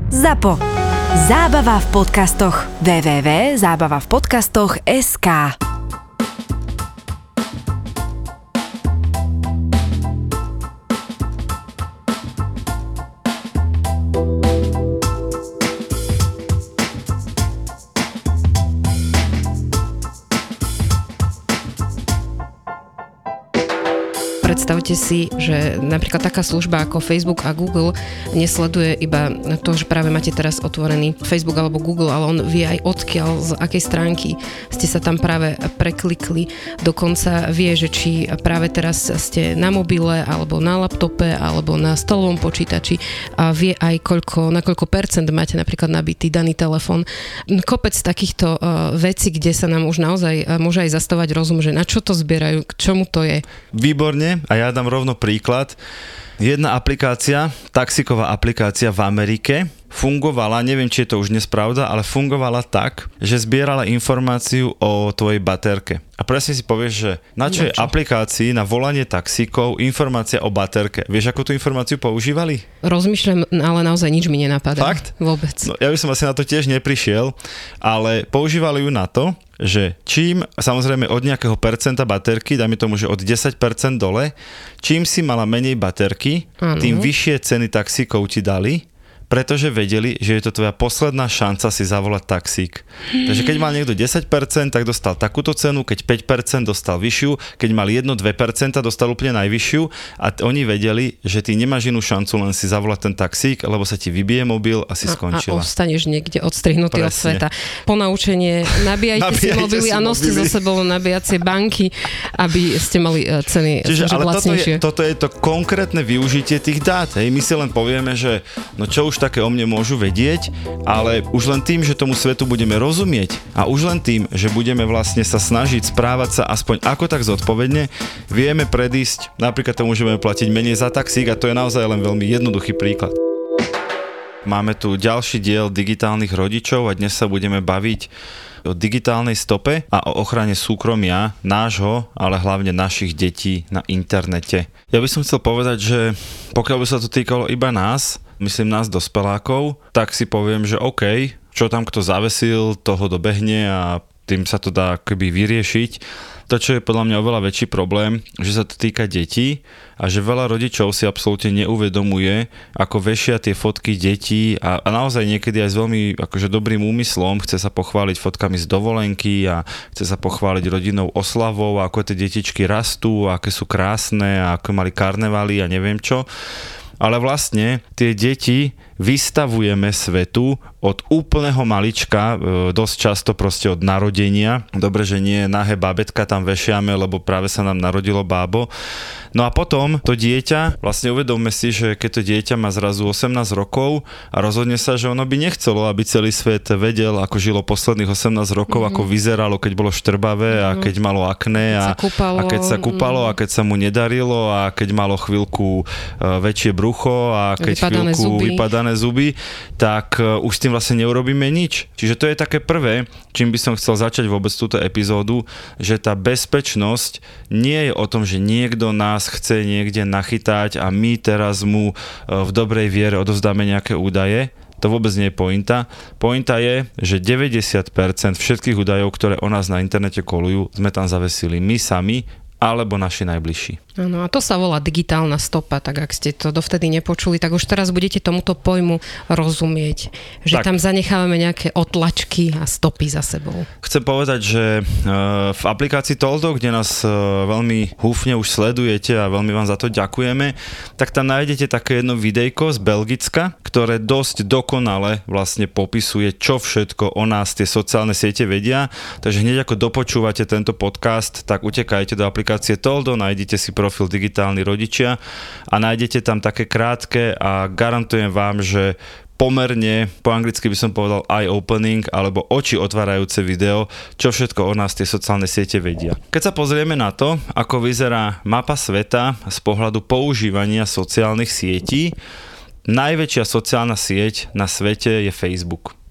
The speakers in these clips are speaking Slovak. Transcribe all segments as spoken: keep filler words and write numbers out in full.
Zapo. Zábava v podcastoch. w w w bodka zábava v podcastoch bodka es ká Predstavte si, že napríklad taká služba ako Facebook a Google nesleduje iba to, že práve máte teraz otvorený Facebook alebo Google, ale on vie aj odkiaľ, z akej stránky ste sa tam práve preklikli. Dokonca vie, že či práve teraz ste na mobile alebo na laptope alebo na stolovom počítači a vie aj koľko, na koľko percent máte napríklad nabitý daný telefón. Kopec takýchto uh, vecí, kde sa nám už naozaj uh, môže aj zastavať rozum, že na čo to zbierajú, k čomu to je. Výborne. A ja dám rovno príklad. Jedna aplikácia, taxiková aplikácia v Amerike, fungovala, neviem, či je to už dnes pravda, ale fungovala tak, že zbierala informáciu o tvojej baterke. A presne si povieš, že na čo je aplikácii na volanie taxíkov informácia o baterke. Vieš, ako tú informáciu používali? Rozmýšľam, ale naozaj nič mi nenapadá. Fakt? Vôbec. No, ja by som asi na to tiež neprišiel, ale používali ju na to, že čím, samozrejme od nejakého percenta baterky, dajme tomu, že od desať percent dole, čím si mala menej baterky, ano. Tým vyššie ceny taxíkov ti dali, pretože vedeli, že je to tvoja posledná šanca si zavolať taxík. Takže keď mal niekto desať percent, tak dostal takúto cenu, keď päť percent dostal vyššiu, keď mal jedno až dve percentá, dostal úplne najvyššiu a t- oni vedeli, že ty nemáš inú šancu len si zavolať ten taxík, lebo sa ti vybije mobil a si skončila. A, a ostaneš niekde odstrihnutý od sveta. Ponaučenie, nabíjajte si mobily a noste so sebou nabíjacie banky, aby ste mali uh, ceny Čiže, ale lacnejšie. Toto je, toto je to konkrétne využitie tých dát. Hej. My si len povieme, že no čo už také o mne môžu vedieť, ale už len tým, že tomu svetu budeme rozumieť a už len tým, že budeme vlastne sa snažiť správať sa aspoň ako tak zodpovedne, vieme predísť, napríklad tomu, že budeme platiť menej za taxík a to je naozaj len veľmi jednoduchý príklad. Máme tu ďalší diel digitálnych rodičov a dnes sa budeme baviť o digitálnej stope a o ochrane súkromia nášho, ale hlavne našich detí na internete. Ja by som chcel povedať, že pokiaľ by sa to týkalo iba nás, myslím nás dospelákov, tak si poviem, že OK, čo tam kto zavesil, toho dobehne a tým sa to dá keby vyriešiť. To, čo je podľa mňa oveľa väčší problém, že sa to týka detí a že veľa rodičov si absolútne neuvedomuje, ako vešia tie fotky detí a, a naozaj niekedy aj s veľmi akože dobrým úmyslom chce sa pochváliť fotkami z dovolenky a chce sa pochváliť rodinnou oslavou, ako tie detičky rastú, aké sú krásne a ako mali karnevály a neviem čo. Ale vlastne tie deti vystavujeme svetu od úplného malička, dosť často proste od narodenia. Dobre, že nie nahé bábätka tam vešiame, lebo práve sa nám narodilo bábo. No a potom to dieťa, vlastne uvedomme si, že keď to dieťa má zrazu osemnásť rokov a rozhodne sa, že ono by nechcelo, aby celý svet vedel, ako žilo posledných osemnásť rokov, mm-hmm. ako vyzeralo, keď bolo štrbavé mm-hmm. a keď malo akné a, a keď sa kúpalo mm-hmm. a keď sa mu nedarilo a keď malo chvíľku uh, väčšie brucho a keď vypadané chvíľku zuby. vypadané zuby, tak uh, už s tým vlastne neurobíme nič. Čiže to je také prvé, čím by som chcel začať vôbec túto epizódu, že tá bezpečnosť nie je o tom, že niekto nás chce niekde nachytať a my teraz mu v dobrej viere odovzdáme nejaké údaje. To vôbec nie je pointa. Pointa je, že deväťdesiat percent všetkých údajov, ktoré o nás na internete kolujú, sme tam zavesili my sami alebo naši najbližší. Áno, a to sa volá digitálna stopa, tak ak ste to dovtedy nepočuli, tak už teraz budete tomuto pojmu rozumieť, že tak. Tam zanechávame nejaké otlačky a stopy za sebou. Chcem povedať, že v aplikácii Toldo, kde nás veľmi húfne už sledujete a veľmi vám za to ďakujeme, tak tam nájdete také jedno videjko z Belgicka, ktoré dosť dokonale vlastne popisuje, čo všetko o nás tie sociálne siete vedia. Takže hneď ako dopočúvate tento podcast, tak utekajte do aplikácie Toldo, nájdete si profil Digitálni rodičia a nájdete tam také krátke a garantujem vám, že pomerne, po anglicky by som povedal eye-opening, alebo oči otvárajúce video, čo všetko o nás tie sociálne siete vedia. Keď sa pozrieme na to, ako vyzerá mapa sveta z pohľadu používania sociálnych sietí, najväčšia sociálna sieť na svete je Facebook.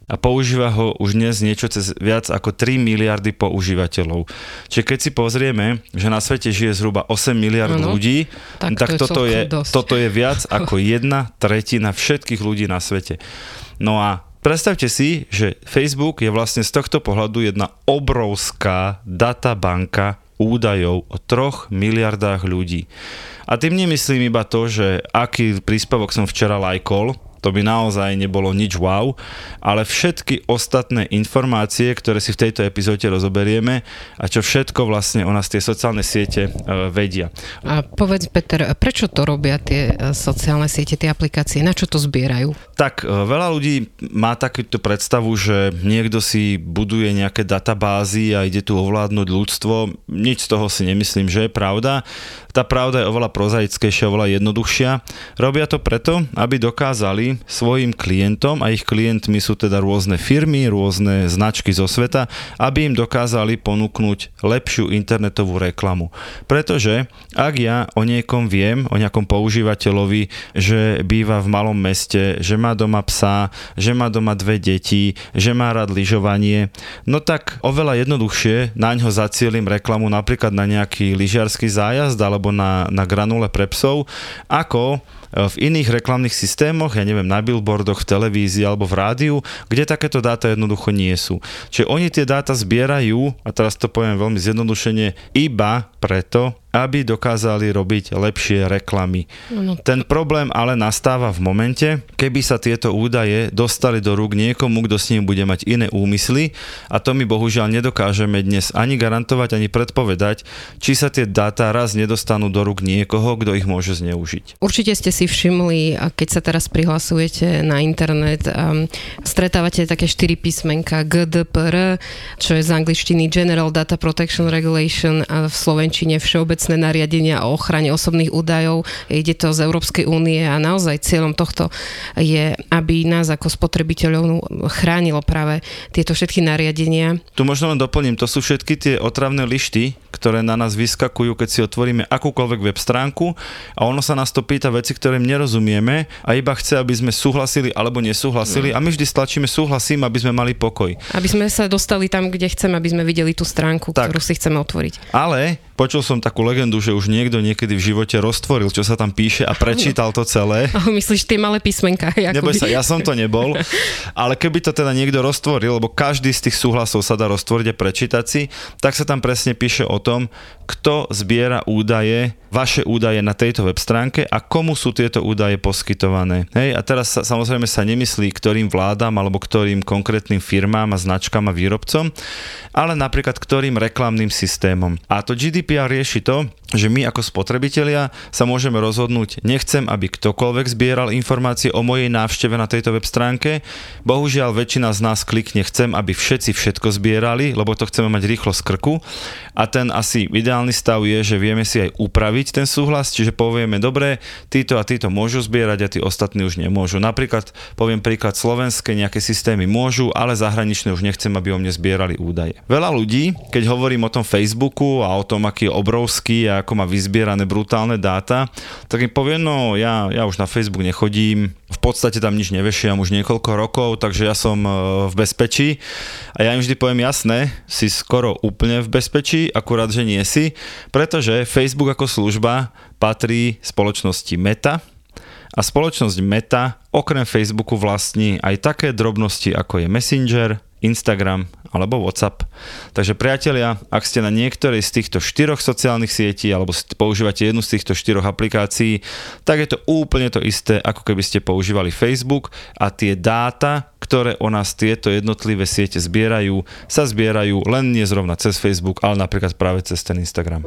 a používa ho už dnes niečo cez viac ako tri miliardy používateľov. Čiže keď si pozrieme, že na svete žije zhruba osem miliard ano, ľudí, tak, tak to toto, je, toto je viac ako jedna tretina všetkých ľudí na svete. No a predstavte si, že Facebook je vlastne z tohto pohľadu jedna obrovská databanka údajov o troch miliardách ľudí. A tým nemyslím iba to, že aký príspevok som včera lajkol, to by naozaj nebolo nič wow, ale všetky ostatné informácie, ktoré si v tejto epizóde rozoberieme a čo všetko vlastne o nás tie sociálne siete e, vedia. A povedz, Peter, prečo to robia tie sociálne siete, tie aplikácie? Na čo to zbierajú? Tak, e, veľa ľudí má takúto predstavu, že niekto si buduje nejaké databázy a ide tu ovládnuť ľudstvo. Nič z toho si nemyslím, že je pravda. Tá pravda je oveľa prozaickejšia, oveľa jednoduchšia. Robia to preto, aby dokázali svojim klientom, a ich klientmi sú teda rôzne firmy, rôzne značky zo sveta, aby im dokázali ponúknuť lepšiu internetovú reklamu. Pretože ak ja o niekom viem, o nejakom používateľovi, že býva v malom meste, že má doma psa, že má doma dve deti, že má rád lyžovanie, no tak oveľa jednoduchšie naňho zacielim reklamu napríklad na nejaký lyžiarsky zájazd alebo na, na granule pre psov, ako v iných reklamných systémoch, ja neviem, na billboardoch, v televízii alebo v rádiu, kde takéto dáta jednoducho nie sú. Čiže oni tie dáta zbierajú, a teraz to poviem veľmi zjednodušene, iba preto, aby dokázali robiť lepšie reklamy. No. Ten problém ale nastáva v momente, keby sa tieto údaje dostali do rúk niekomu, kto s ním bude mať iné úmysly, a to my bohužiaľ nedokážeme dnes ani garantovať, ani predpovedať, či sa tie dáta raz nedostanú do rúk niekoho, kto ich môže zneužiť. Určite ste si všimli, keď sa teraz prihlasujete na internet, um, stretávate také štyri písmenka G D P R, čo je z angličtiny General Data Protection Regulation, a v slovenčine všeobecné nariadenia o ochrane osobných údajov. Ide to z Európskej únie a naozaj cieľom tohto je, aby nás ako spotrebiteľov chránilo práve tieto všetky nariadenia. Tu možno len doplním, to sú všetky tie otravné lišty, ktoré na nás vyskakujú, keď si otvoríme akúkoľvek web stránku a ono sa nás to pýta veci, ktorým nerozumieme a iba chce, aby sme súhlasili alebo nesúhlasili, no. A my vždy stlačíme súhlasím, aby sme mali pokoj. Aby sme sa dostali tam, kde chceme, aby sme videli tú stránku, tak, ktorú si chceme otvoriť. Ale počul som takú legendu, že už niekto niekedy v živote roztvoril, čo sa tam píše a prečítal to celé. Oh, myslíš tie malé písmenka? Neboj sa, ja som to nebol, ale keby to teda niekto roztvoril, lebo každý z tých súhlasov sa dá roztvoriť a prečítať si, tak sa tam presne píše o tom, kto zbiera údaje, vaše údaje na tejto web stránke a komu sú tieto údaje poskytované. Hej, a teraz sa, samozrejme sa nemyslí, ktorým vládam alebo ktorým konkrétnym firmám a značkám a výrobcom, ale napríklad ktorým reklamným systémom. A to G D P R rieši to, že my ako spotrebitelia sa môžeme rozhodnúť, nechcem, aby ktokoľvek zbieral informácie o mojej návšteve na tejto web stránke. Bohužiaľ väčšina z nás klikne, chcem, aby všetci všetko zbierali, lebo to chceme mať rýchlo z krku. A ten asi ideálny stav je, že vieme si aj upraviť ten súhlas, čiže povieme, dobre, títo a títo môžu zbierať a tí ostatní už nemôžu. Napríklad, poviem príklad, slovenské nejaké systémy môžu, ale zahraničné už nechcem, aby o mne zbierali údaje. Veľa ľudí, keď hovorím o tom Facebooku a o tom, aký je obrovský a ako má vyzbierané brutálne dáta, tak im poviem, no ja, ja už na Facebook nechodím, v podstate tam nič nevešiam už niekoľko rokov, takže ja som v bezpečí a ja im vždy poviem, jasné, si skoro úplne v bezpečí, akurát, že nie si, pretože Facebook ako služba patrí spoločnosti Meta a spoločnosť Meta okrem Facebooku vlastní aj také drobnosti, ako je Messenger, Instagram alebo WhatsApp. Takže priatelia, ak ste na niektorej z týchto štyroch sociálnych sietí alebo používate jednu z týchto štyroch aplikácií, tak je to úplne to isté, ako keby ste používali Facebook a tie dáta, ktoré o nás tieto jednotlivé siete zbierajú, sa zbierajú len nie zrovna cez Facebook, ale napríklad práve cez ten Instagram.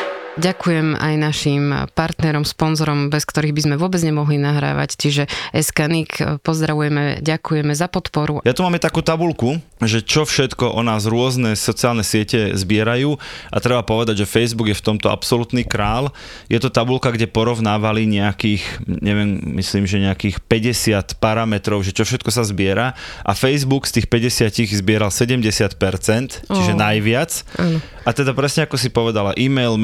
Ďakujem aj našim partnerom, sponzorom, bez ktorých by sme vôbec nemohli nahrávať, čiže Eskanik, pozdravujeme, ďakujeme za podporu. Ja tu máme takú tabuľku, že čo všetko o nás rôzne sociálne siete zbierajú a treba povedať, že Facebook je v tomto absolútny král. Je to tabuľka, kde porovnávali nejakých, neviem, myslím, že nejakých päťdesiat parametrov, že čo všetko sa zbiera a Facebook z tých päťdesiat zbieral sedemdesiat percent, čiže oh. najviac. Ano. A teda presne ako si povedala, e-mail, meno,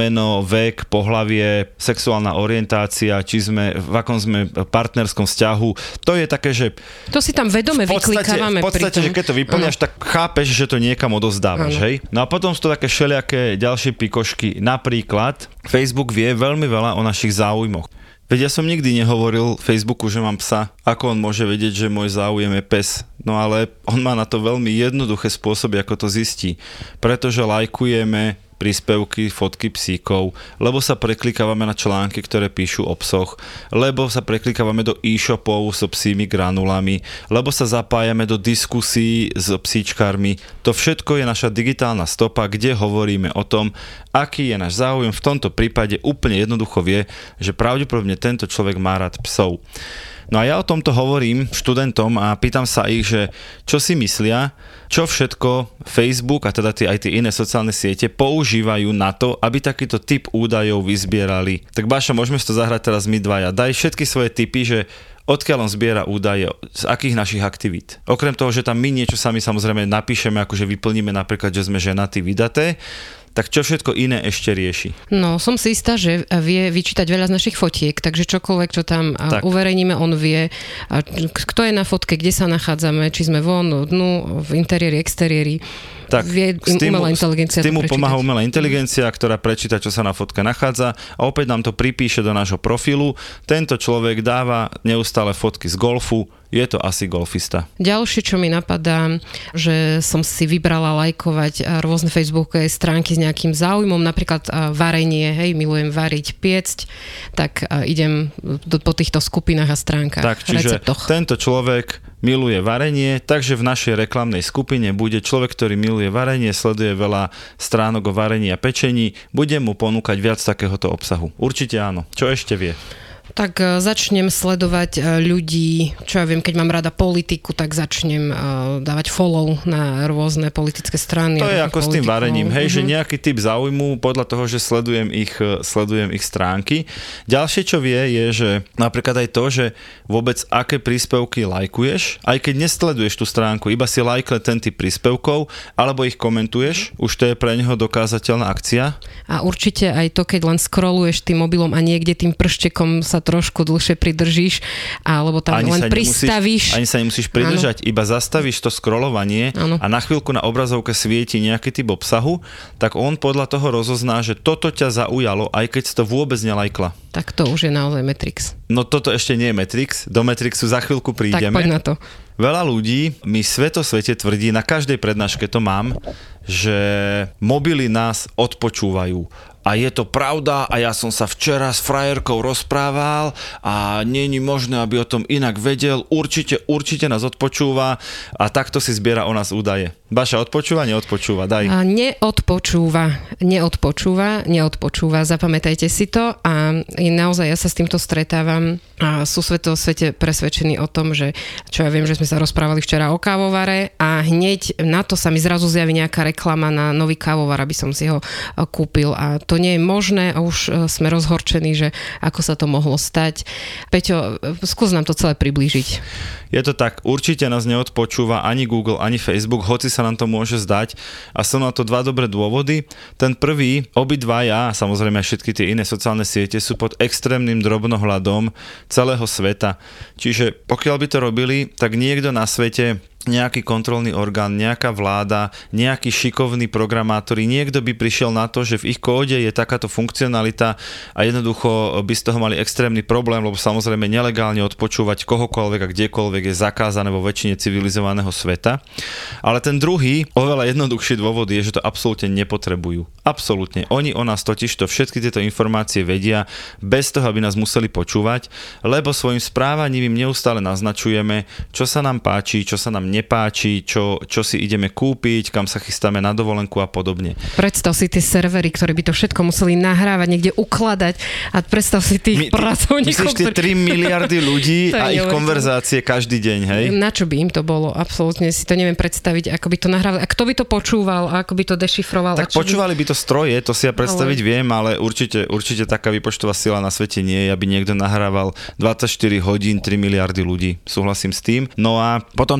meno, vek, pohlavie, sexuálna orientácia, či sme, v akom sme partnerskom vzťahu. To je také, že... To si tam vedome vyklikávame. V podstate, že keď to vyplňaš, tak chápeš, že to niekam odozdávaš, hej? No a potom sú to také všelijaké ďalšie pikošky. Napríklad, Facebook vie veľmi veľa o našich záujmoch. Veď ja som nikdy nehovoril Facebooku, že mám psa. Ako on môže vedieť, že môj záujem je pes? No ale on má na to veľmi jednoduché spôsoby, ako to zistí. Pretože lajkujeme príspevky, fotky psíkov, lebo sa preklikávame na články, ktoré píšu o psoch, lebo sa preklikávame do e-shopov so psími granulami, lebo sa zapájame do diskusí s psíčkármi. To všetko je naša digitálna stopa, kde hovoríme o tom, aký je náš záujem. V tomto prípade úplne jednoducho vie, že pravdepodobne tento človek má rád psov. No a ja o tomto hovorím študentom a pýtam sa ich, že čo si myslia, čo všetko Facebook a teda tie, aj tie iné sociálne siete používajú na to, aby takýto typ údajov vyzbierali. Tak Baša, môžeme si to zahrať teraz my dvaja. Daj všetky svoje tipy, že odkiaľ on zbiera údaje, z akých našich aktivít. Okrem toho, že tam my niečo sami samozrejme napíšeme, akože vyplníme napríklad, že sme ženatí, vydaté, tak čo všetko iné ešte rieši? No, som si istá, že vie vyčítať veľa z našich fotiek, takže čokoľvek, čo tam tak uverejníme, on vie, kto je na fotke, kde sa nachádzame, či sme von, dnu, v interiéri, exteriéri. Tak, vie im umelá inteligencia s tým pomáha umelá inteligencia, ktorá prečíta, čo sa na fotke nachádza a opäť nám to pripíše do nášho profilu. Tento človek dáva neustále fotky z golfu, je to asi golfista. Ďalšie, čo mi napadá, že som si vybrala lajkovať rôzne facebookové stránky s nejakým záujmom, napríklad varenie, hej, milujem variť, piecť, tak idem do, po týchto skupinách a stránkach, tak, čiže receptoch. Tento človek miluje varenie, takže v našej reklamnej skupine bude človek, ktorý miluje varenie, sleduje veľa stránok o varení a pečení, bude mu ponúkať viac takéhoto obsahu. Určite áno. Čo ešte vie? Tak začnem sledovať ľudí, čo ja viem, keď mám rada politiku, tak začnem dávať follow na rôzne politické strany. To je ako politikov. S tým varením, hej, uh-huh. že nejaký typ záujmu podľa toho, že sledujem ich, sledujem ich stránky. Ďalšie, čo vie, je, že napríklad aj to, že vôbec aké príspevky lajkuješ, aj keď nesleduješ tú stránku, iba si lajkle ten typ príspevkov, alebo ich komentuješ, už to je pre neho dokázateľná akcia. A určite aj to, keď len scrolluješ tým mobilom a niekde tým prštekom sa trošku dlhšie pridržíš, alebo tam ani len pristavíš. Nemusíš, ani sa nemusíš pridržať, ano. Iba zastavíš to scrollovanie ano. A na chvíľku na obrazovke svieti nejaký typ obsahu, tak on podľa toho rozozná, že toto ťa zaujalo, aj keď si to vôbec nelajkla. Tak to už je naozaj Matrix. No toto ešte nie je Matrix, do Matrixu za chvíľku prídeme. Tak poď na to. Veľa ľudí mi svetosvete tvrdí, na každej prednáške to mám, že mobily nás odpočúvajú. A je to pravda a ja som sa včera s frajerkou rozprával a nie je možné, aby o tom inak vedel. Určite, určite nás odpočúva a takto si zbiera o nás údaje. Baša, odpočúva, neodpočúva? Daj. A neodpočúva, neodpočúva, neodpočúva. Zapamätajte si to a naozaj ja sa s týmto stretávam a sú sveto svete presvedčení o tom, že čo ja viem, že sme sa rozprávali včera o kávovare a hneď na to sa mi zrazu zjaví nejaká reklama na nový kávovar, aby som si ho kúpil a to nie je možné a už sme rozhorčení, že ako sa to mohlo stať. Peťo, skús nám to celé priblížiť. Je to tak, určite nás neodpočúva ani Google, ani Facebook, hoci sa nám to môže zdať a sú na to dva dobré dôvody. Ten prvý, obidvaja, samozrejme aj všetky tie iné sociálne siete sú pod extrémnym drobnohľadom celého sveta. Čiže pokiaľ by to robili, tak niekto na svete, nejaký kontrolný orgán, nejaká vláda, nejakí šikovní programátori, niekto by prišiel na to, že v ich kóde je takáto funkcionalita a jednoducho by z toho mali extrémny problém, lebo samozrejme nelegálne odpočúvať kohokoľvek a kdekoľvek je zakázané vo väčšine civilizovaného sveta. Ale ten druhý, oveľa jednoduchší dôvod je, že to absolútne nepotrebujú. Absolútne. Oni o nás totižto všetky tieto informácie vedia bez toho, aby nás museli počúvať, lebo svojim správaním im neustále naznačujeme, čo sa nám páči, čo sa nám nepáči, čo, čo si ideme kúpiť, kam sa chystáme na dovolenku a podobne. Predstav si tie servery, ktoré by to všetko museli nahrávať, niekde ukladať a predstav si tých My, pracovníkov. Myslíš tie tri miliardy ľudí a ich konverzácie každý deň, hej? Na čo by im to bolo? Absolútne si to neviem predstaviť, ako by to nahrávali. A kto by to počúval, a ako by to dešifroval? Tak počúvali by to stroje, to si ja predstaviť ale... viem, ale určite, určite taká výpočtová sila na svete nie je, aby niekto nahrával dvadsaťštyri hodín tri miliardy ľudí. Súhlasím s tým. No a potom teda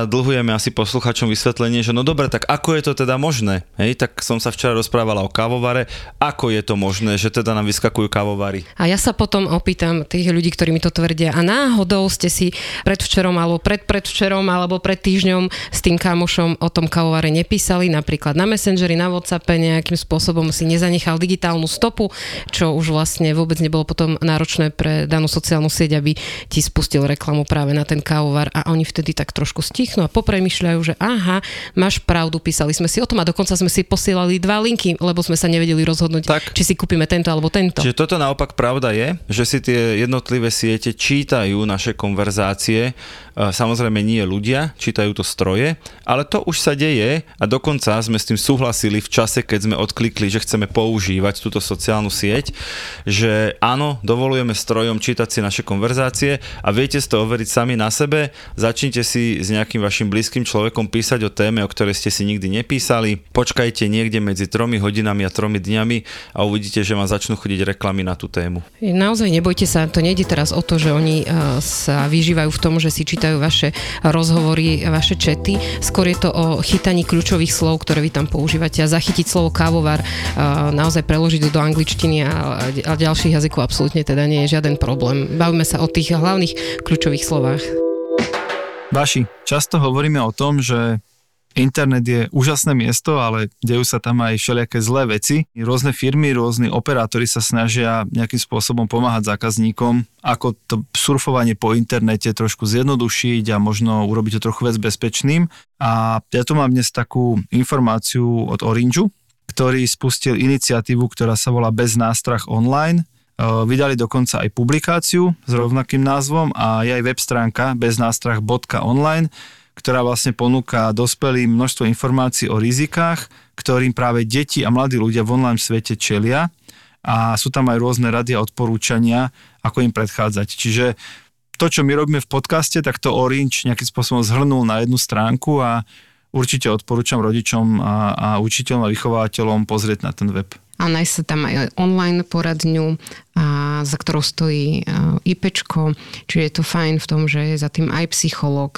a dlhujeme asi posluchačom vysvetlenie, že no dobre, tak ako je to teda možné? Hej, tak som sa včera rozprávala o kávovare, ako je to možné, že teda nám vyskakujú kávovary? A ja sa potom opýtam tých ľudí, ktorí mi to tvrdia, a náhodou ste si predvčerom alebo predpredvčerom alebo pred týždňom s tým kamošom o tom kávovare nepísali, napríklad na Messengeri, na WhatsAppe, nejakým spôsobom si nezanechal digitálnu stopu, čo už vlastne vôbec nebolo potom náročné pre danú sociálnu sieť, aby ti spustil reklamu práve na ten kávovar, a oni vtedy tak trošku stichnú a popremýšľajú, že aha, máš pravdu, písali sme si o tom a dokonca sme si posielali dva linky, lebo sme sa nevedeli rozhodnúť, tak, či si kúpime tento alebo tento. Čiže toto naopak pravda je, že si tie jednotlivé siete čítajú naše konverzácie, samozrejme nie ľudia, čítajú to stroje, ale to už sa deje a dokonca sme s tým súhlasili v čase, keď sme odklikli, že chceme používať túto sociálnu sieť, že áno, dovolujeme strojom čítať si naše konverzácie a viete si to overiť sami na sebe. Začnite si s nejakým vašim blízkym človekom písať o téme, o ktorej ste si nikdy nepísali. Počkajte niekde medzi tromi hodinami a tromi dňami a uvidíte, že vám začnú chodiť reklamy na tú tému. Naozaj nebojte sa, to nejde teraz o to, že oni sa vyžívajú v tom, že si čítajú vaše rozhovory, vaše čety. Skôr je to o chytaní kľúčových slov, ktoré vy tam používate, a zachytiť slovo kávovar, naozaj preložiť do angličtiny a, a ďalších jazykov absolútne teda nie je žiaden problém. Bavíme sa o tých hlavných kľúčových slovách. Vaši, často hovoríme o tom, že internet je úžasné miesto, ale dejú sa tam aj všelijaké zlé veci. Rôzne firmy, rôzni operátori sa snažia nejakým spôsobom pomáhať zákazníkom, ako to surfovanie po internete trošku zjednodušiť a možno urobiť to trochu viac bezpečným. A ja tu mám dnes takú informáciu od Orangeu, ktorý spustil iniciatívu, ktorá sa volá Bez nástrah online. Vydali dokonca aj publikáciu s rovnakým názvom a je aj web stránka beznástrah bodka online, ktorá vlastne ponúka dospelým množstvo informácií o rizikách, ktorým práve deti a mladí ľudia v online svete čelia, a sú tam aj rôzne rady a odporúčania, ako im predchádzať. Čiže to, čo my robíme v podcaste, tak to Orange nejakým spôsobom zhrnul na jednu stránku a určite odporúčam rodičom a, a učiteľom a vychovateľom pozrieť na ten web. A nájsť sa tam aj online poradňu, a za ktorou stojí IPčko, čiže je to fajn v tom, že je za tým aj psychológ.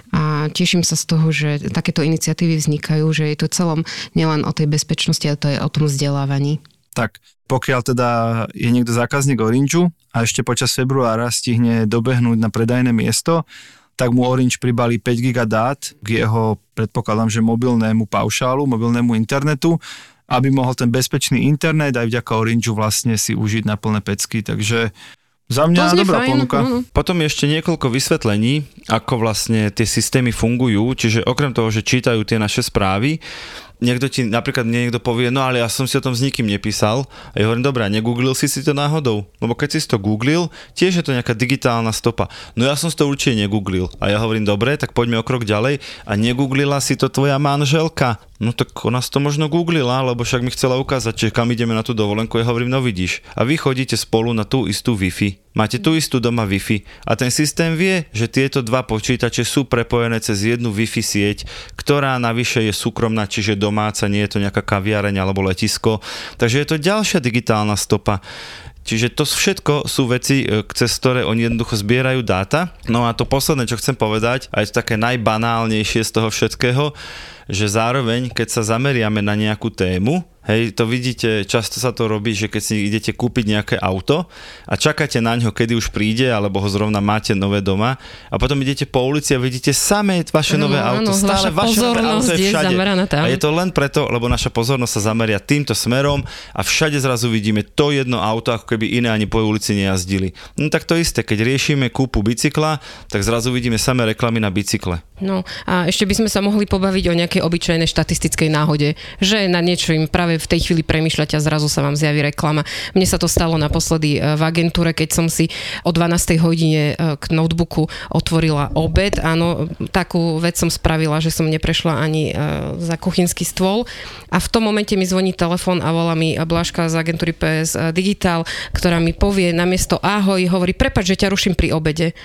A teším sa z toho, že takéto iniciatívy vznikajú, že je to celom nielen o tej bezpečnosti, ale to je o tom vzdelávaní. Tak, pokiaľ teda je niekto zákazník Orangeu a ešte počas februára stihne dobehnúť na predajné miesto, tak mu Orange pribalí päť giga dát k jeho, predpokladám, že mobilnému paušálu, mobilnému internetu, aby mohol ten bezpečný internet aj vďaka Orangeu vlastne si užiť na plné pecky. Takže za mňa dobrá fajn, ponuka. No. Potom ešte niekoľko vysvetlení, ako vlastne tie systémy fungujú. Čiže okrem toho, že čítajú tie naše správy, niekto ti, napríklad niekto povie, no ale ja som si o tom s nikým nepísal. A ja hovorím, dobré, negooglil si si to náhodou? Lebo keď si to googlil, tiež je to nejaká digitálna stopa. No ja som si to určite negooglil. A ja hovorím, dobre, tak poďme o krok ďalej. A negooglila si to tvoja manželka? No tak ona si to možno googlila, lebo však mi chcela ukázať, že kam ideme na tú dovolenku. Ja hovorím, no vidíš. A vy chodíte spolu na tú istú Wi-Fi. Máte tú istú doma Wi-Fi. A ten systém vie, že tieto dva počítače sú prepojené cez jednu Wi-Fi sieť, ktorá navyše je súkromná, čiže domáca, nie je to nejaká kaviareň alebo letisko. Takže je to ďalšia digitálna stopa. Čiže to všetko sú veci, cez ktoré oni jednoducho zbierajú dáta. No a to posledné, čo chcem povedať, a je to také najbanálnejšie z toho všetkého, že zároveň, keď sa zameriame na nejakú tému, hej, to vidíte, často sa to robí, že keď si idete kúpiť nejaké auto a čakáte na ňo, kedy už príde, alebo ho zrovna máte nové doma a potom idete po ulici a vidíte samé vaše no, nové auto, stále vaše nové auto je všade. A je to len preto, lebo naša pozornosť sa zameria týmto smerom a všade zrazu vidíme to jedno auto, ako keby iné ani po ulici nejazdili. No tak to isté, keď riešime kúpu bicykla, tak zrazu vidíme samé reklamy na bicykle. No a ešte by sme sa mohli pobaviť o nejakej obyčajnej štatistickej náhode, že na niečo im práve v tej chvíli premýšľate a zrazu sa vám zjaví reklama. Mne sa to stalo naposledy v agentúre, keď som si o dvanástej hodine k notebooku otvorila obed. Áno, takú vec som spravila, že som neprešla ani za kuchynský stôl a v tom momente mi zvoní telefón a volá mi Blažka z agentúry pé es Digital, ktorá mi povie namiesto ahoj, hovorí, prepáč, že ťa ruším pri obede.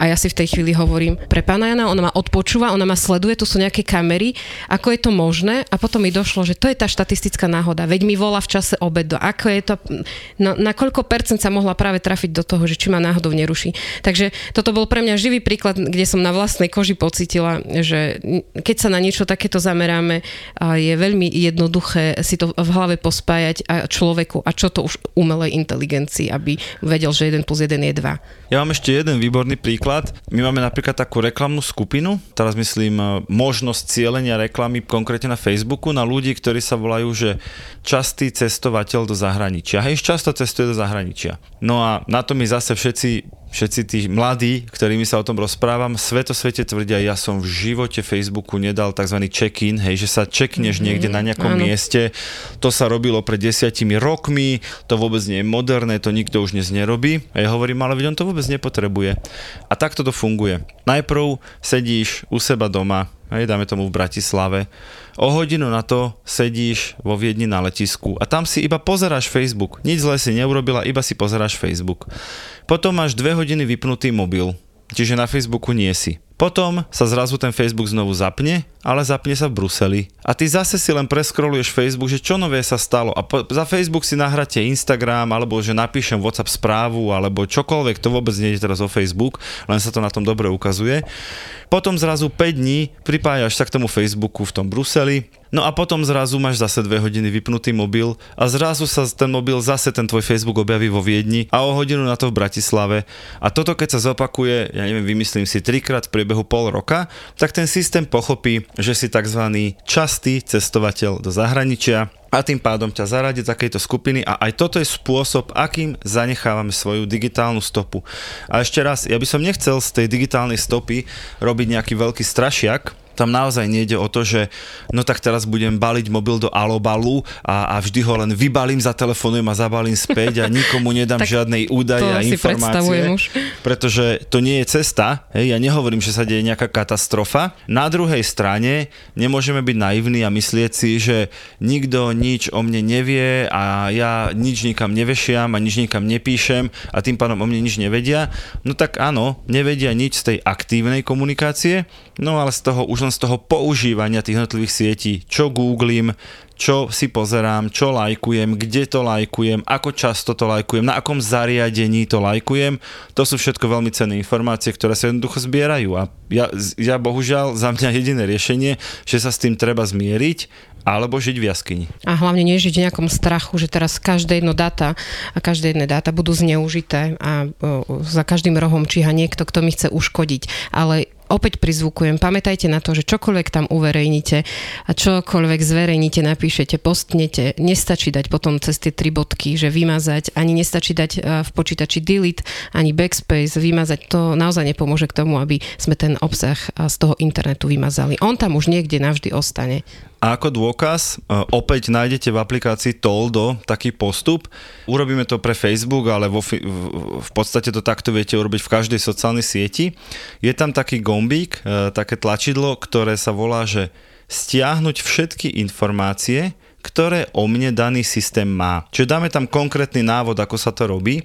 A ja si v tej chvíli hovorím, pre pána Jana, ona ma odpočúva, ona ma sleduje, tu sú nejaké kamery, ako je to možné? A potom mi došlo, že to je tá štatistická náhoda. Veď mi volá v čase obedu. Ako je to, no, na koľko percent sa mohla práve trafiť do toho, že či ma náhodou neruší. Takže toto bol pre mňa živý príklad, kde som na vlastnej koži pocítila, že keď sa na niečo takéto zameráme, je veľmi jednoduché si to v hlave pospájať a človeku a čo to už umelej inteligencii, aby vedel, že jeden plus jeden je dva. Ja mám ešte jeden výborný príklad. My máme napríklad takú reklamnú skupinu, teraz myslím možnosť cielenia reklamy konkrétne na Facebooku na ľudí, ktorí sa volajú, že častý cestovateľ do zahraničia. Hej, často cestuje do zahraničia. No a na to mi zase všetci Všetci tí mladí, ktorými sa o tom rozprávam, svetosvete tvrdia, ja som v živote Facebooku nedal tzv. check-in, hej, že sa checkneš mm-hmm. niekde na nejakom Áno. mieste. To sa robilo pred desiatimi rokmi, to vôbec nie je moderné, to nikto už dnes nerobí. A ja hovorím, ale veď on to vôbec nepotrebuje. A takto to funguje. Najprv sedíš u seba doma, hej, dáme tomu v Bratislave, o hodinu na to sedíš vo Viedni na letisku a tam si iba pozeráš Facebook. Nič zlé si neurobila, iba si pozeráš Facebook. Potom máš dve hodiny vypnutý mobil, čiže na Facebooku nie si. Potom sa zrazu ten Facebook znovu zapne, ale zapne sa v Bruseli. A ty zase si len preskroluješ Facebook, že čo nové sa stalo. A po, za Facebook si nahráte Instagram, alebo že napíšem WhatsApp správu, alebo čokoľvek, to vôbec nie je teraz o Facebook, len sa to na tom dobre ukazuje. Potom zrazu päť dní pripájaš sa k tomu Facebooku v tom Bruseli, no a potom zrazu máš zase dve hodiny vypnutý mobil a zrazu sa ten mobil, zase ten tvoj Facebook objaví vo Viedni a o hodinu na to v Bratislave. A toto keď sa zopakuje, ja neviem, vymyslím si trikrát v priebehu pol roka, tak ten systém pochopí, že si tzv. Častý cestovateľ do zahraničia a tým pádom ťa zaradí do takejto skupiny a aj toto je spôsob, akým zanechávame svoju digitálnu stopu. A ešte raz, ja by som nechcel z tej digitálnej stopy robiť nejaký veľký strašiak. Tam naozaj nejde o to, že no tak teraz budem baliť mobil do alobalu a, a vždy ho len vybalím, zatelefonujem a zabalím späť a nikomu nedám žiadnej údaje a informácie, pretože to nie je cesta. Hej, ja nehovorím, že sa deje nejaká katastrofa. Na druhej strane nemôžeme byť naivní a myslieť si, že nikto nič o mne nevie a ja nič nikam nevešiam a nič nikam nepíšem a tým pádom o mne nič nevedia. No tak áno, nevedia nič z tej aktívnej komunikácie, no ale z toho už len z toho používania tých jednotlivých sietí, čo googlím, čo si pozerám, čo lajkujem, kde to lajkujem, ako často to lajkujem, na akom zariadení to lajkujem. To sú všetko veľmi cenné informácie, ktoré sa jednoducho zbierajú a ja, ja bohužiaľ za mňa jediné riešenie, že sa s tým treba zmieriť alebo žiť v jaskyni. A hlavne nežiť v nejakom strachu, že teraz každé jedno dáta a každé jedné dáta budú zneužité a o, za každým rohom číha niekto, kto mi chce uškodiť. Ale opäť prizvukujem, pamätajte na to, že čokoľvek tam uverejníte a čokoľvek zverejníte, napíšete, postnete, nestačí dať potom cez tie tri bodky, že vymazať, ani nestačí dať v počítači delete, ani backspace, vymazať, to naozaj nepomôže k tomu, aby sme ten obsah z toho internetu vymazali. On tam už niekde navždy ostane. A ako dôkaz, opäť nájdete v aplikácii Toldo taký postup. Urobíme to pre Facebook, ale vo, v podstate to takto viete urobiť v každej sociálnej sieti. Je tam taký gombík, také tlačidlo, ktoré sa volá, že stiahnuť všetky informácie, ktoré o mne daný systém má. Čiže dáme tam konkrétny návod, ako sa to robí.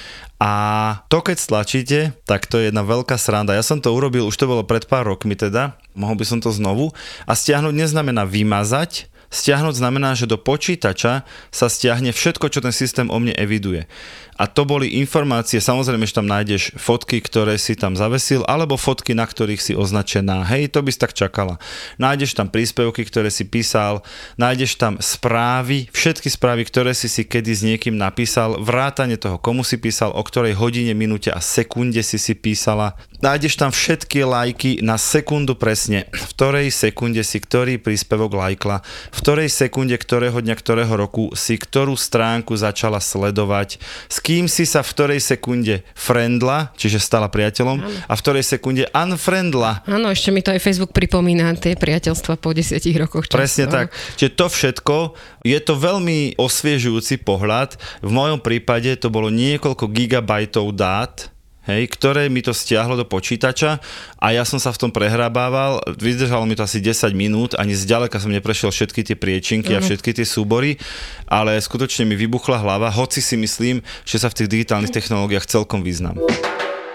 A to keď stlačíte, tak to je jedna veľká sranda. Ja som to urobil, už to bolo pred pár rokmi teda, mohol by som to znovu. A stiahnuť neznamená vymazať, stiahnuť znamená, že do počítača sa stiahne všetko, čo ten systém o mne eviduje. A to boli informácie, samozrejme, že tam nájdeš fotky, ktoré si tam zavesil, alebo fotky, na ktorých si označená. Hej, to by si tak čakala. Nájdeš tam príspevky, ktoré si písal, nájdeš tam správy, všetky správy, ktoré si si kedy s niekým napísal, vrátane toho, komu si písal, o ktorej hodine, minúte a sekunde si si písala. Nájdeš tam všetky lajky na sekundu presne, v ktorej sekunde si ktorý príspevok lajkla, v ktorej sekunde, ktorého dňa, ktorého roku si ktorú stránku začala sledovať, s kým si sa v ktorej sekunde friendla, čiže stala priateľom, áno. A v ktorej sekunde unfriendla. Áno, ešte mi to aj Facebook pripomína, tie priateľstva po desiatich rokoch často. Presne tak. Čiže to všetko, je to veľmi osviežujúci pohľad. V mojom prípade to bolo niekoľko gigabajtov dát, hej, ktoré mi to stiahlo do počítača a ja som sa v tom prehrábával, vydržalo mi to asi desať minút, ani zďaleka som neprešiel všetky tie priečinky uh-huh. a všetky tie súbory, ale skutočne mi vybuchla hlava, hoci si myslím, že sa v tých digitálnych technológiách celkom vyznám.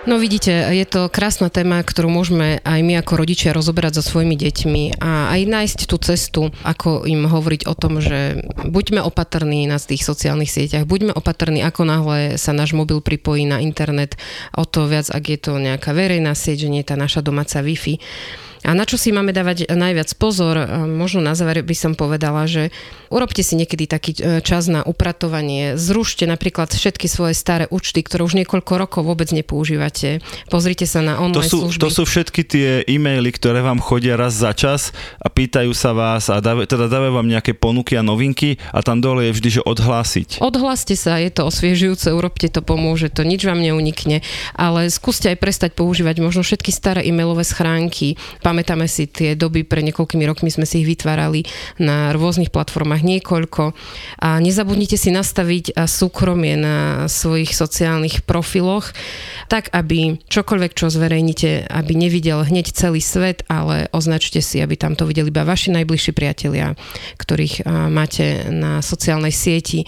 No vidíte, je to krásna téma, ktorú môžeme aj my ako rodičia rozoberať so svojimi deťmi a aj nájsť tú cestu, ako im hovoriť o tom, že buďme opatrní na tých sociálnych sieťach, buďme opatrní, ako náhle sa náš mobil pripojí na internet, o to viac, ak je to nejaká verejná sieť, že nie je tá naša domáca Wi-Fi. A na čo si máme dávať najviac pozor, možno na záver by som povedala, že urobte si niekedy taký čas na upratovanie, zrušte napríklad všetky svoje staré účty, ktoré už niekoľko rokov vôbec nepoužívate. Pozrite sa na online to sú, služby. To sú všetky tie e-maily, ktoré vám chodia raz za čas a pýtajú sa vás a dávajú, teda dávajú vám nejaké ponuky a novinky a tam dole je vždy, že odhlásiť. Odhláste sa, je to osviežujúce, urobte to, pomôže to, nič vám neunikne, ale skúste aj prestať používať možno všetky staré e-mailové schránky. Pamätáme si tie doby, pre niekoľkými rokmi sme si ich vytvárali na rôznych platformách niekoľko. A nezabudnite si nastaviť súkromie na svojich sociálnych profiloch, tak aby čokoľvek, čo zverejnite, aby nevidel hneď celý svet, ale označte si, aby tam to videli iba vaši najbližší priatelia, ktorých máte na sociálnej sieti.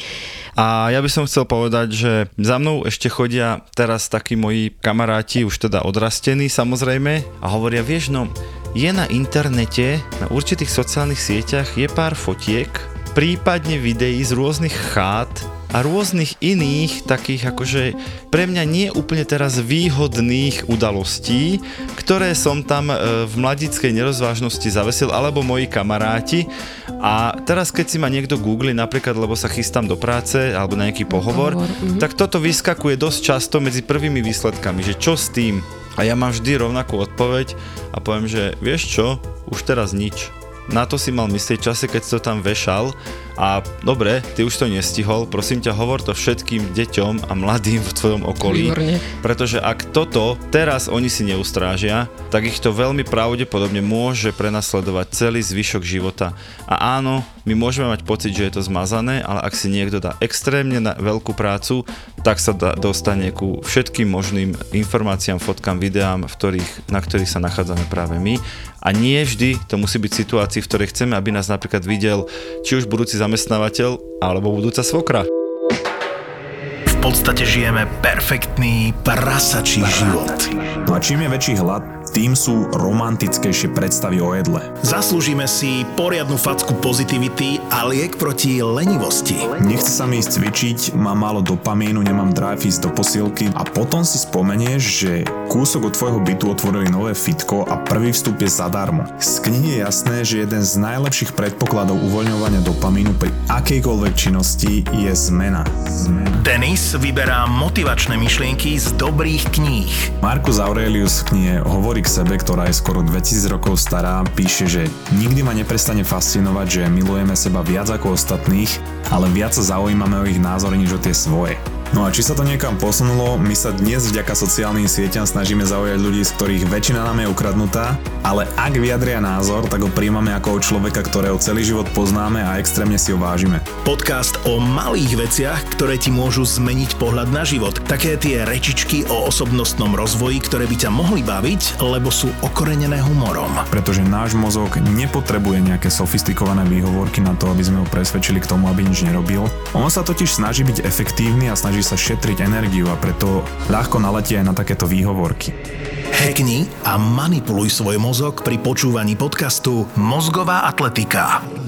A ja by som chcel povedať, že za mnou ešte chodia teraz takí moji kamaráti, už teda odrastení samozrejme, a hovoria, vieš, no je na internete, na určitých sociálnych sieťach je pár fotiek, prípadne videí z rôznych chát a rôznych iných takých akože pre mňa nie úplne teraz výhodných udalostí, ktoré som tam v mladickej nerozvážnosti zavesil, alebo moji kamaráti. A teraz keď si ma niekto googli, napríklad, lebo sa chystám do práce alebo na nejaký pohovor, pohovor mm-hmm. tak toto vyskakuje dosť často medzi prvými výsledkami, že čo s tým? A ja mám vždy rovnakú odpoveď a poviem, že vieš čo, už teraz nič. Na to si mal myslieť v čase, keď si to tam vešal a dobre, ty už to nestihol, prosím ťa, hovor to všetkým deťom a mladým v tvojom okolí. Výborne. Pretože ak toto teraz oni si neustrážia, tak ich to veľmi pravdepodobne môže prenasledovať celý zvyšok života. A áno, my môžeme mať pocit, že je to zmazané, ale ak si niekto dá extrémne na veľkú prácu, tak sa dá, dostane ku všetkým možným informáciám, fotkám, videám, v ktorých, na ktorých sa nachádzame práve my. A nie vždy to musí byť situácii, v ktorej chceme, aby nás napríklad videl či už budúci zamestnávateľ, alebo budúca svokra. V podstate žijeme perfektný prasačí život. No a čím je väčší hlad, tým sú romantickejšie predstavy o jedle. Zaslúžime si poriadnu facku pozitivity a liek proti lenivosti. Nechce sa mi ísť cvičiť, mám málo dopamínu, nemám drive ísť do posilky a potom si spomenieš, že kúsok od tvojho bytu otvorili nové fitko a prvý vstup je zadarmo. Z knihy je jasné, že jeden z najlepších predpokladov uvoľňovania dopamínu pri akejkoľvek činnosti je zmena. zmena. Denis vyberá motivačné myšlienky z dobrých kníh. Marcus Aurelius v knihe Hovorí k sebe, ktorá je skoro dvetisíc rokov stará, píše, že nikdy ma neprestane fascinovať, že milujeme seba viac ako ostatných, ale viac sa zaujímame o ich názory než o tie svoje. No a či sa to niekam posunulo, my sa dnes vďaka sociálnym sieťam snažíme zaujať ľudí, z ktorých väčšina nám je ukradnutá, ale ak vyjadria názor, tak ho príjmame ako človeka, ktorého celý život poznáme a extrémne si ho vážime. Podcast o malých veciach, ktoré ti môžu zmeniť pohľad na život. Také tie rečičky o osobnostnom rozvoji, ktoré by ťa mohli baviť, lebo sú okorenené humorom. Pretože náš mozog nepotrebuje nejaké sofistikované výhovorky na to, aby sme ho presvedčili k tomu, aby nič nerobil. On sa totiž snaží byť efektívny a snaží sa šetriť energiu a preto ľahko naletí aj na takéto výhovorky. Hackni a manipuluj svoj mozog pri počúvaní podcastu Mozgová atletika.